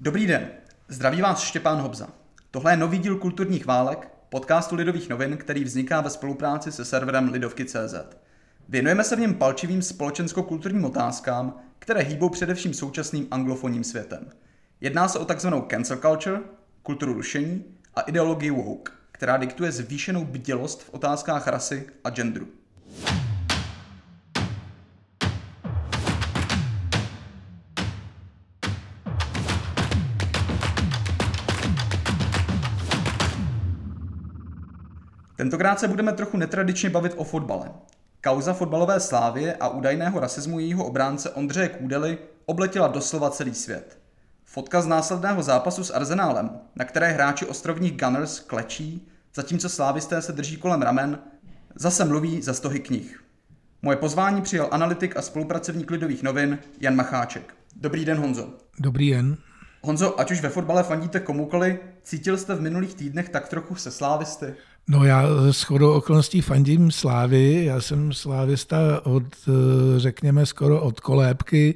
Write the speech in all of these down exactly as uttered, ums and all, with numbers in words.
Dobrý den, zdraví vás Štěpán Hobza. Tohle je nový díl Kulturních válek, podcastu Lidových novin, který vzniká ve spolupráci se serverem Lidovky tečka cé zet. Věnujeme se v něm palčivým společensko-kulturním otázkám, které hýbou především současným anglofonním světem. Jedná se o takzvanou cancel culture, kulturu rušení a ideologii woke, která diktuje zvýšenou bdělost v otázkách rasy a genderu. Tentokrát se budeme trochu netradičně bavit o fotbale. Kauza fotbalové Slavie a údajného rasismu jejího obránce Ondřeje Kůdely obletěla doslova celý svět. Fotka z následného zápasu s Arsenálem, na které hráči ostrovních Gunners klečí, zatímco slávisté se drží kolem ramen, zase mluví za stohy knih. Moje pozvání přijal analytik a spolupracovník Lidových novin Jan Macháček. Dobrý den, Honzo. Dobrý den. Honzo, ať už ve fotbale fandíte komukoli, cítil jste v minulých týdnech tak trochu se slávisty? No já shodou okolností fandím Slávy, já jsem slávista od, řekněme, skoro od kolébky.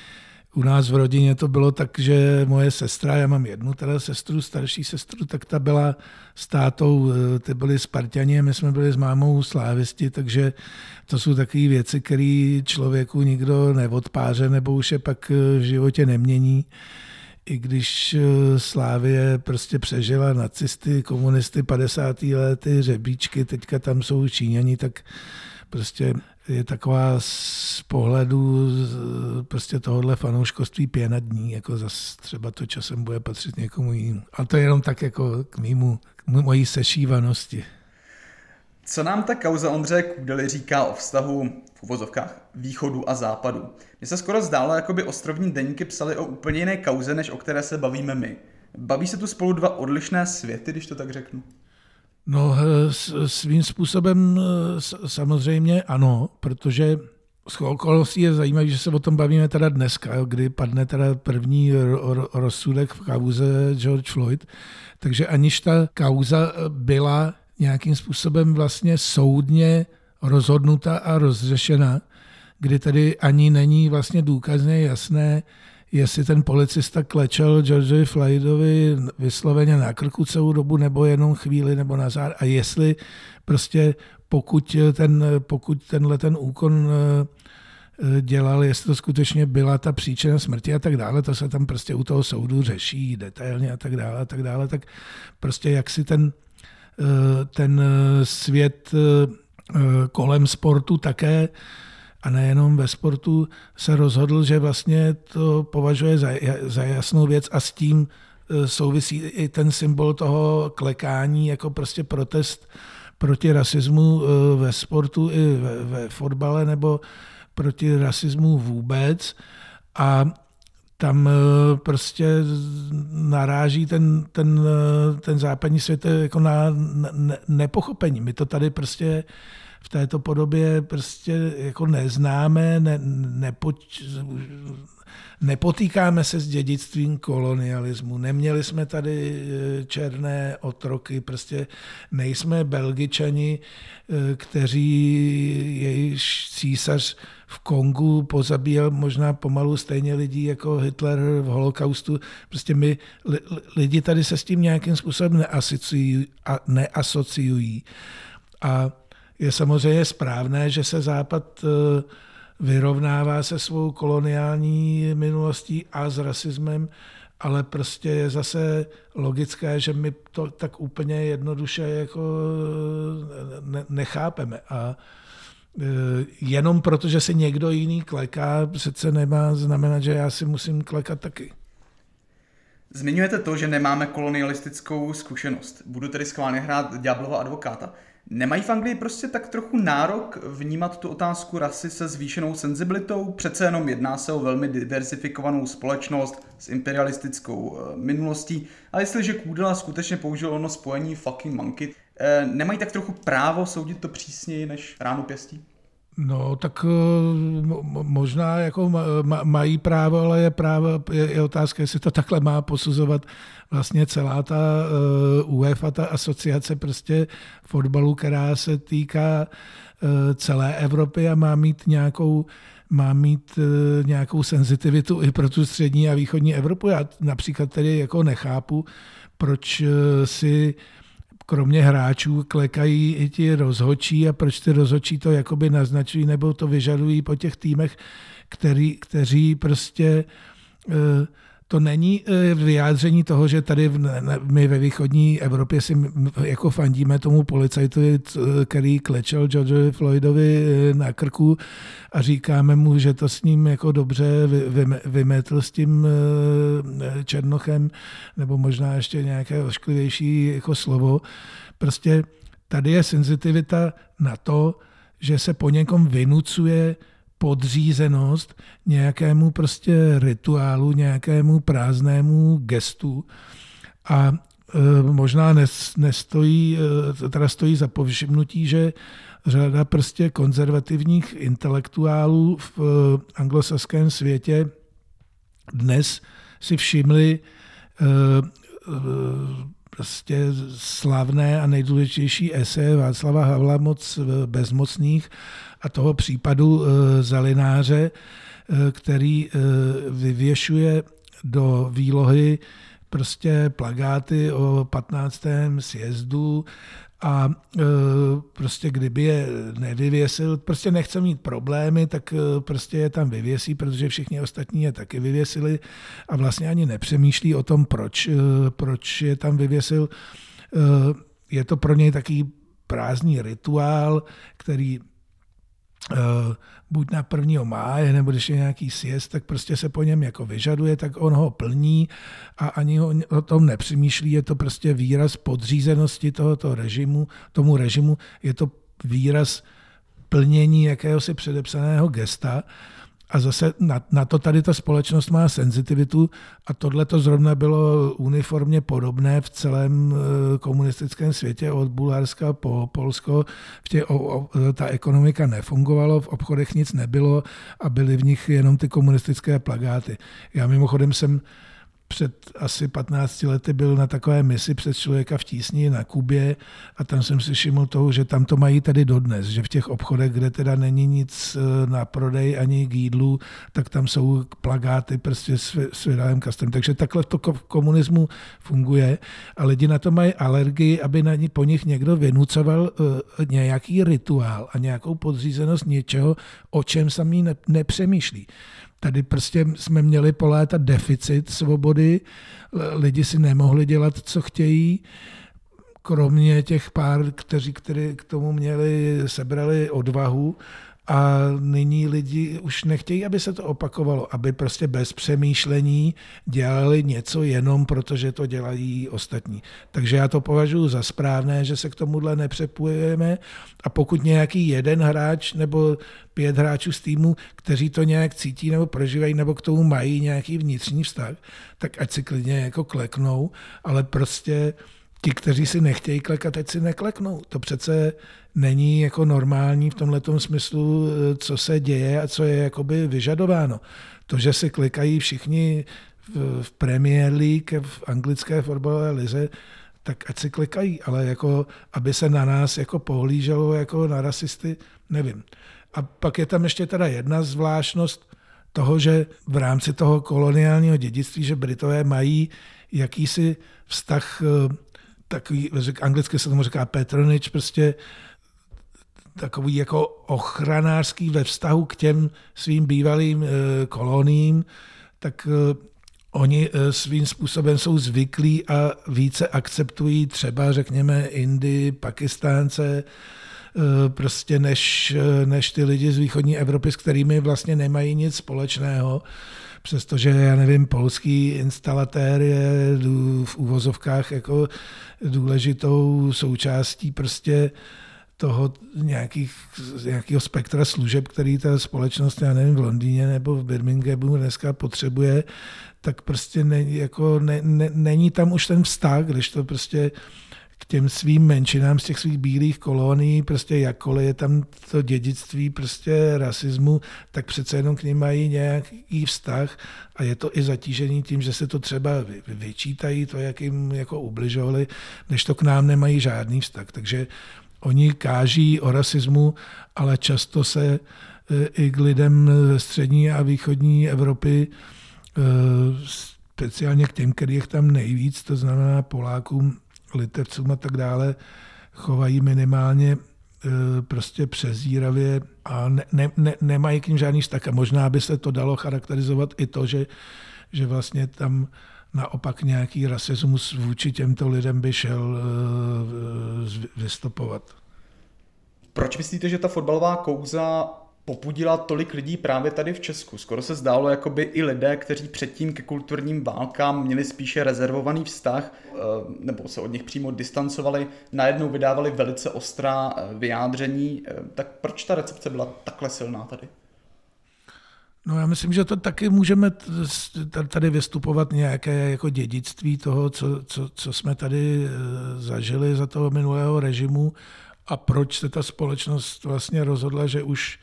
U nás v rodině to bylo tak, že moje sestra, já mám jednu teda sestru, starší sestru, tak ta byla s tátou, ty byli Sparťani a my jsme byli s mámou slávisti, takže to jsou takové věci, které člověku nikdo neodpáře nebo už je pak v životě nemění. I když Slávie prostě přežila nacisty, komunisty, padesátá lety, řebíčky, teďka tam jsou Číňani, tak prostě je taková z pohledu prostě tohohle fanouškovství pěna dní, jako zase třeba to časem bude patřit někomu jinému. A to je jenom tak jako k mýmu, k mojí sešívanosti. Co nám ta kauza Ondřeje Kůdely říká o vztahu v uvozovkách východu a západu? Mně se skoro zdálo, jako by ostrovní deníky psali o úplně jiné kauze, než o které se bavíme my. Baví se tu spolu dva odlišné světy, když to tak řeknu? No svým způsobem samozřejmě ano, protože z okolností je zajímavé, že se o tom bavíme teda dneska, kdy padne teda první rozsudek v kauze George Floyd, takže aniž ta kauza byla nějakým způsobem vlastně soudně rozhodnuta a rozřešena, kdy tedy ani není vlastně důkazně jasné, jestli ten policista klečel Georgeovi Floydovi vysloveně na krku celou dobu, nebo jenom chvíli, nebo na zád, a jestli prostě pokud, ten, pokud tenhle ten úkon dělal, jestli to skutečně byla ta příčina smrti a tak dále, to se tam prostě u toho soudu řeší detailně a tak dále, a tak dále, tak prostě jak si ten ten svět kolem sportu také, a nejenom ve sportu, se rozhodl, že vlastně to považuje za, za jasnou věc a s tím souvisí i ten symbol toho klekání jako prostě protest proti rasismu ve sportu i ve, ve fotbale nebo proti rasismu vůbec. A tam prostě naráží ten, ten, ten západní svět jako na ne, nepochopení. My to tady prostě v této podobě prostě jako neznáme, ne, nepoč, nepotýkáme se s dědictvím kolonialismu. Neměli jsme tady černé otroky, prostě nejsme Belgičani, kteří jejich císař v Kongu pozabíjel možná pomalu stejně lidí jako Hitler v holokaustu. Prostě my lidi tady se s tím nějakým způsobem neasociují. A, neasociují. a je samozřejmě správné, že se Západ vyrovnává se svou koloniální minulostí a s rasismem, ale prostě je zase logické, že my to tak úplně jednoduše jako nechápeme. A jenom proto, že si někdo jiný kleká, přece nemá znamenat, že já si musím klekat taky. Zmiňujete to, že nemáme kolonialistickou zkušenost. Budu tedy schválně hrát ďáblova advokáta. Nemají v Anglii prostě tak trochu nárok vnímat tu otázku rasy se zvýšenou senzibilitou? Přece jenom jedná se o velmi diverzifikovanou společnost s imperialistickou minulostí. A jestliže Kůdela skutečně použil ono spojení fucking monkey, nemají tak trochu právo soudit to přísněji než ránu pěstí? No, tak možná jako mají právo, ale je, právo, je otázka, jestli to takhle má posuzovat vlastně celá ta UEFA, ta asociace prostě fotbalu, která se týká celé Evropy a má mít nějakou má mít nějakou senzitivitu i pro tu střední a východní Evropu. Já například tedy jako nechápu, proč si kromě hráčů klekají i ti rozhodčí a proč ty rozhodčí to jakoby naznačují nebo to vyžadují po těch týmech, který, kteří prostě to není vyjádření toho, že tady my ve východní Evropě si jako fandíme tomu policajtovi, který klečel Georgeovi Floydovi na krku a říkáme mu, že to s ním jako dobře vymetl s tím Černochem, nebo možná ještě nějaké ošklivější jako slovo. Prostě tady je senzitivita na to, že se po někom vynucuje podřízenost nějakému prostě rituálu, nějakému prázdnému gestu a e, možná nes, nestojí, e, teda stojí za povšimnutí, že řada prostě konzervativních intelektuálů v e, anglosaském světě dnes si všimli e, e, prostě slavné a nejdůležitější eseje Václava Havla Moc bezmocných a toho případu Zelináře, který vyvěšuje do výlohy prostě plakáty o patnáctém sjezdu a prostě kdyby je nevyvěsil, prostě nechce mít problémy, tak prostě je tam vyvěsí, protože všichni ostatní je taky vyvěsili a vlastně ani nepřemýšlí o tom, proč, proč je tam vyvěsil. Je to pro něj taký prázdný rituál, který buď na prvního máje, nebo když je nějaký sjezd, tak prostě se po něm jako vyžaduje, tak on ho plní a ani ho o tom nepřemýšlí. Je to prostě výraz podřízenosti tohoto režimu, tomu režimu. Je to výraz plnění jakéhosi předepsaného gesta. A zase na, na to tady ta společnost má senzitivitu a tohle to zrovna bylo uniformně podobné v celém komunistickém světě od Bulharska po Polsko. V tě, o, o, ta ekonomika nefungovalo, v obchodech nic nebylo a byly v nich jenom ty komunistické plakáty. Já mimochodem jsem před asi patnácti lety byl na takové misi přes Člověka v tísni na Kubě a tam jsem si všiml toho, že tam to mají tady dodnes, že v těch obchodech, kde teda není nic na prodej ani k jídlu, tak tam jsou plakáty prostě s vydálým kastem. Takže takhle to v komunismu funguje a lidi na to mají alergii, aby na ní, po nich někdo vynucoval uh, nějaký rituál a nějakou podřízenost něčeho, o čem sami ne, nepřemýšlí. Tady prostě jsme měli po léta deficit svobody, lidi si nemohli dělat, co chtějí, kromě těch pár, kteří, kteří k tomu měli, sebrali odvahu a nyní lidi už nechtějí, aby se to opakovalo, aby prostě bez přemýšlení dělali něco jenom protože to dělají ostatní. Takže já to považuji za správné, že se k tomuhle nepřepujeme a pokud nějaký jeden hráč nebo pět hráčů z týmu, kteří to nějak cítí nebo prožívají nebo k tomu mají nějaký vnitřní vztah, tak ať si klidně jako kleknou, ale prostě ti, kteří si nechtějí klekat, ať si nekleknou. To přece není jako normální v tomhletom smyslu, co se děje a co je jakoby vyžadováno. To, že si klikají všichni v, v Premier League, v anglické fotbalové lize, tak ať si klikají, ale jako, aby se na nás jako pohlíželo jako na rasisty, nevím. A pak je tam ještě teda jedna zvláštnost toho, že v rámci toho koloniálního dědictví, že Britové mají jakýsi vztah, takový, anglicky se tomu říká patronage, prostě takový jako ochranářský ve vztahu k těm svým bývalým koloniím, tak oni svým způsobem jsou zvyklí a více akceptují třeba, řekněme, Indii, Pakistánce, prostě než, než ty lidi z východní Evropy, s kterými vlastně nemají nic společného. Přestože, já nevím, polský instalatér je v uvozovkách jako důležitou součástí prostě toho nějakých, nějakého spektra služeb, který ta společnost, já nevím, v Londýně nebo v Birminghamu dneska potřebuje, tak prostě ne, jako ne, ne, není tam už ten vztah, když to prostě k těm svým menšinám z těch svých bílých kolonií, prostě jakkoliv je tam to dědictví prostě rasismu, tak přece jenom k nim mají nějaký vztah a je to i zatížený tím, že se to třeba vyčítají, to, jak jim jako ubližovali, než to k nám nemají žádný vztah. Takže oni káží o rasismu, ale často se i k lidem ze střední a východní Evropy, speciálně k těm, kterých tam nejvíc, to znamená Polákům, Litevcům a tak dále, chovají minimálně prostě přezíravě a ne, ne, ne, nemají k ním žádný vztah. A možná by se to dalo charakterizovat i to, že, že vlastně tam naopak nějaký rasismus vůči těmto lidem by šel vystupovat. Proč myslíte, že ta fotbalová kouza popudila tolik lidí právě tady v Česku? Skoro se zdálo, jako by i lidé, kteří předtím ke kulturním válkám měli spíše rezervovaný vztah, nebo se od nich přímo distancovali, najednou vydávali velice ostrá vyjádření. Tak proč ta recepce byla takhle silná tady? No já myslím, že to taky můžeme tady vystupovat nějaké jako dědictví toho, co, co, co jsme tady zažili za toho minulého režimu a proč se ta společnost vlastně rozhodla, že už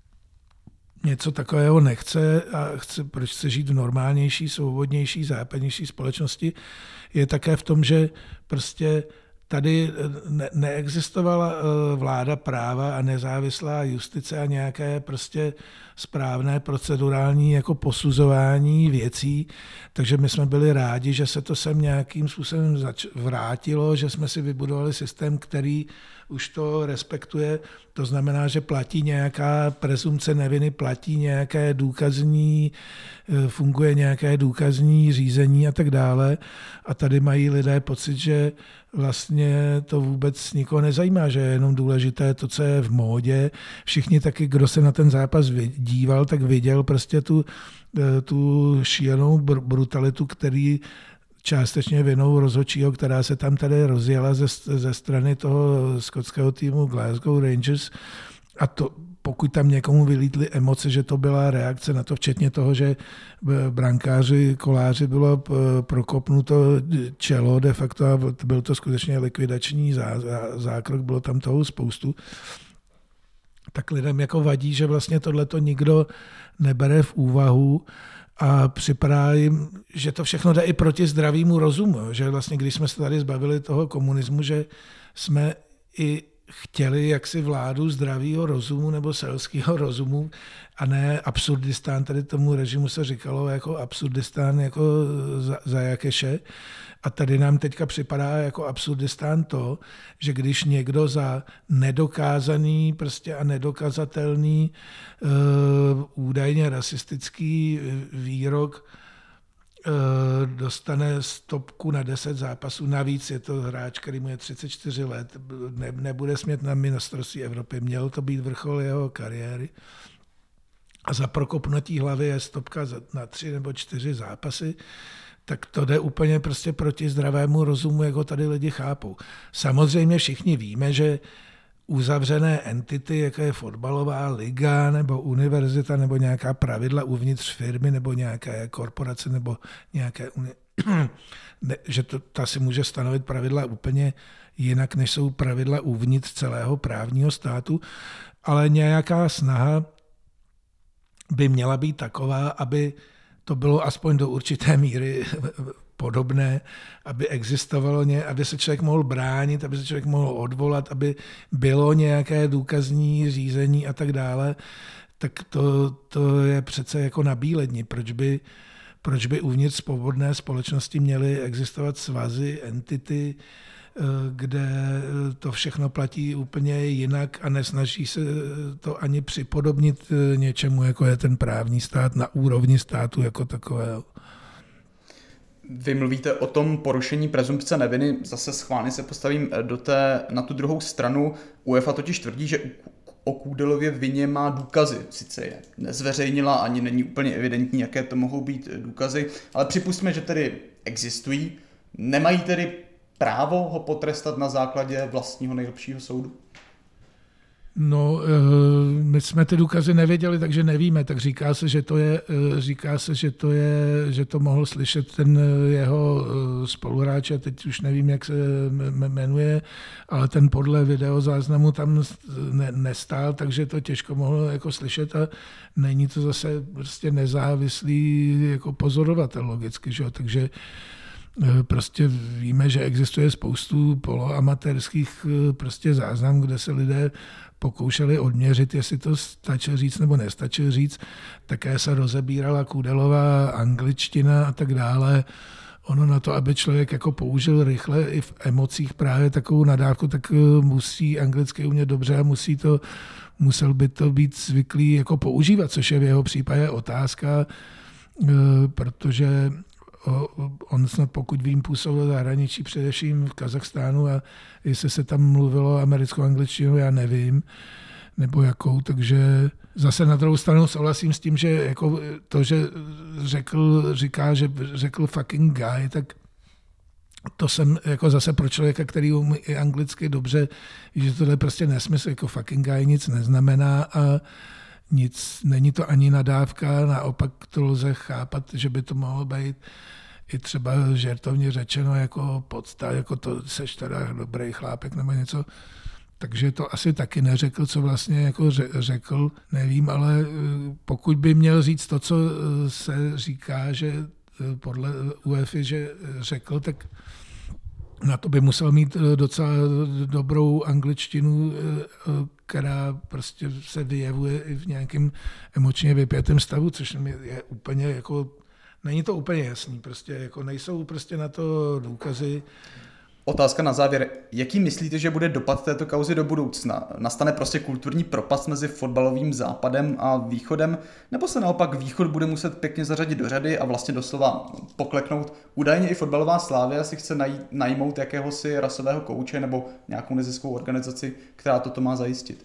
něco takového nechce a chce, proč chce žít v normálnější, svobodnější, západnější společnosti, je také v tom, že prostě tady ne- neexistovala vláda práva a nezávislá justice a nějaké prostě správné procedurální jako posuzování věcí, takže my jsme byli rádi, že se to sem nějakým způsobem zač- vrátilo, že jsme si vybudovali systém, který už to respektuje, to znamená, že platí nějaká presumpce neviny, platí nějaké důkazní, funguje nějaké důkazní řízení a tak dále. A tady mají lidé pocit, že vlastně to vůbec nikoho nezajímá, že je jenom důležité to, co je v módě. Všichni taky, kdo se na ten zápas díval, tak viděl prostě tu, tu šílenou brutalitu, který částečně vinou rozhodčího, která se tam tady rozjela ze, ze strany toho skotského týmu Glasgow Rangers. A to, pokud tam někomu vylítly emoce, že to byla reakce na to, včetně toho, že brankáři, koláři bylo prokopnuto čelo de facto a byl to skutečně likvidační zá, zá, zákrok, bylo tam toho spoustu, tak lidem jako vadí, že vlastně tohleto nikdo nebere v úvahu a připadá jim, že to všechno jde i proti zdravému rozumu, že vlastně když jsme se tady zbavili toho komunismu, že jsme i chtěli jaksi vládu zdravého rozumu nebo selského rozumu a ne Absurdistán, tady tomu režimu se říkalo jako Absurdistán jako za, za Jakeše. A tady nám teďka připadá jako Absurdistán to, že když někdo za nedokázaný prostě a nedokazatelný uh, údajně rasistický výrok uh, dostane stopku na deset zápasů, navíc je to hráč, který mu je třicet čtyři let, ne, nebude smět na mistrovství Evropy, měl to být vrchol jeho kariéry. A za prokopnutí hlavy je stopka na tři nebo čtyři zápasy, tak to jde úplně prostě proti zdravému rozumu, jako tady lidi chápou. Samozřejmě všichni víme, že uzavřené entity, jako je fotbalová liga nebo univerzita nebo nějaká pravidla uvnitř firmy nebo nějaké korporace nebo nějaké uni... ne, že to, ta si může stanovit pravidla úplně jinak, než jsou pravidla uvnitř celého právního státu, ale nějaká snaha by měla být taková, aby to bylo aspoň do určité míry podobné, aby existovalo, ně, aby se člověk mohl bránit, aby se člověk mohl odvolat, aby bylo nějaké důkazní řízení a tak dále, tak to, to je přece jako nabíledni. Proč by, proč by uvnitř svobodné společnosti měly existovat svazy, entity, kde to všechno platí úplně jinak a nesnaží se to ani připodobnit něčemu, jako je ten právní stát na úrovni státu jako takového. Vy mluvíte o tom porušení prezumpce neviny, zase schválně se postavím do té, na tu druhou stranu. UEFA totiž tvrdí, že o Kůdelově vině má důkazy, sice je nezveřejnila, ani není úplně evidentní, jaké to mohou být důkazy, ale připustme, že tedy existují. Nemají tedy právo ho potrestat na základě vlastního nejlepšího soudu? No, my jsme ty důkazy nevěděli, takže nevíme. Tak říká se, že to je, říká se, že to je, že to mohl slyšet ten jeho spoluhráč, a teď už nevím, jak se jmenuje, ale ten podle videozáznamu tam nestál, takže to těžko mohl jako slyšet a není to zase prostě nezávislý jako pozorovatel logicky, že jo? Takže Prostě víme, že existuje spoustu poloamatérských prostě záznamů, kde se lidé pokoušeli odměřit, jestli to stačí říct nebo nestačí říct. Také se rozebírala Kůdelová angličtina a tak dále. Ono na to, aby člověk jako použil rychle i v emocích právě takovou nadávku, tak musí anglicky umět dobře a musí to, musel by to být zvyklý jako používat, což je v jeho případě otázka, protože on snad, pokud vím, působil v zahraničí, především v Kazachstánu, a jestli se tam mluvilo americkou angličtinu, já nevím, nebo jakou, takže zase na druhou stranu souhlasím s tím, že jako to, že řekl, říká, že řekl fucking guy, tak to jsem jako zase pro člověka, který umí anglicky dobře, že tohle je prostě nesmysl, jako fucking guy nic neznamená a nic, není to ani nadávka, naopak to lze chápat, že by to mohlo být i třeba žertovně řečeno jako podsta, jako to seš teda dobrý chlápek nebo něco. Takže to asi taky neřekl, co vlastně jako řekl, nevím, ale pokud by měl říct to, co se říká, že podle UEFA, že řekl, tak na to by musel mít docela dobrou angličtinu, která prostě se vyjevuje i v nějakém emočně vypjatém stavu, což je úplně jako, není to úplně jasný, prostě jako nejsou prostě na to důkazy. Otázka na závěr. Jaký myslíte, že bude dopad této kauzy do budoucna? Nastane prostě kulturní propast mezi fotbalovým západem a východem, nebo se naopak východ bude muset pěkně zařadit do řady a vlastně doslova pokleknout? Údajně i fotbalová Slavia si chce najít, najmout jakéhosi rasového kouče nebo nějakou neziskovou organizaci, která toto má zajistit.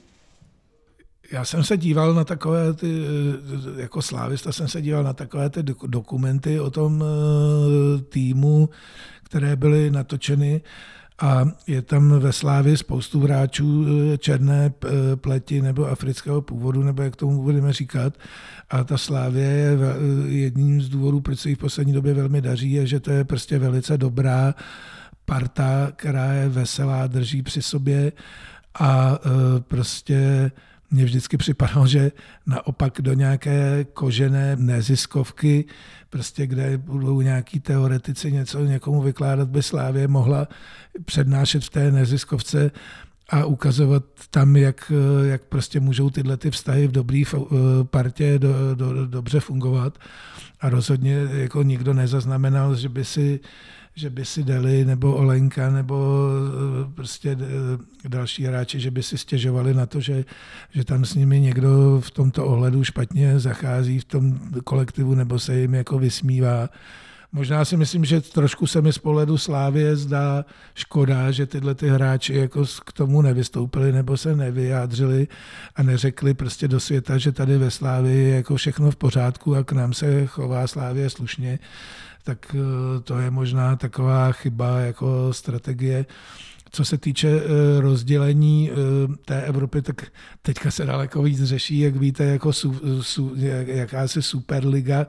Já jsem se díval na takové ty, jako slávista jsem se díval na takové ty dokumenty o tom týmu, které byly natočeny, a je tam ve Slávii spoustu hráčů černé pleti nebo afrického původu, nebo jak tomu budeme říkat. A ta Slávie je jedním z důvodů, proč se jí v poslední době velmi daří, je, že to je prostě velice dobrá parta, která je veselá, drží při sobě a prostě mně vždycky připadalo, že naopak do nějaké kožené neziskovky, prostě kde budou nějaký teoretici něco někomu vykládat, by Slávie mohla přednášet v té neziskovce a ukazovat tam, jak, jak prostě můžou tyhle ty vztahy v dobré partě do, do, do, dobře fungovat. A rozhodně jako nikdo nezaznamenal, že by si že by si Deli nebo Olenka nebo prostě další hráči, že by si stěžovali na to, že, že tam s nimi někdo v tomto ohledu špatně zachází v tom kolektivu nebo se jim jako vysmívá. Možná si myslím, že trošku se mi z pohledu Slávie zdá škoda, že tyhle ty hráči jako k tomu nevystoupili nebo se nevyjádřili a neřekli prostě do světa, že tady ve Slávii je jako všechno v pořádku a k nám se chová Slávie slušně. Tak to je možná taková chyba jako strategie. Co se týče rozdělení té Evropy, tak teďka se daleko víc řeší, jak víte, jako su, su, jakási superliga.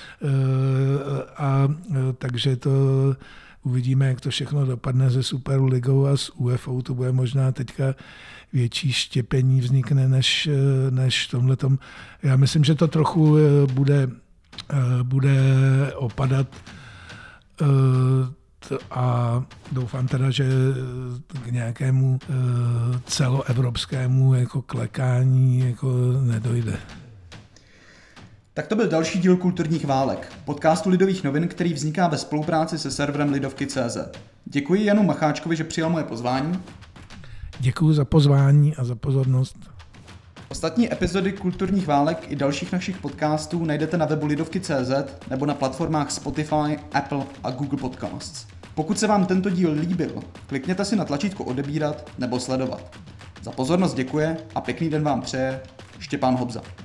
A takže to uvidíme, jak to všechno dopadne se Superligou a s UEFA. To bude možná teďka větší štěpení vznikne než, než tomhletom. Já myslím, že to trochu bude bude opadat a doufám teda, že k nějakému celoevropskému jako klekání jako nedojde. Tak to byl další díl Kulturních válek, podcastu Lidových novin, který vzniká ve spolupráci se serverem Lidovky tečka cé zet. Děkuji Janu Macháčkovi, že přijal moje pozvání. Děkuji za pozvání a za pozornost. Ostatní epizody Kulturních válek i dalších našich podcastů najdete na webu Lidovky tečka cé zet nebo na platformách Spotify, Apple a Google Podcasts. Pokud se vám tento díl líbil, klikněte si na tlačítko odebírat nebo sledovat. Za pozornost děkuje a pěkný den vám přeje Štěpán Hobza.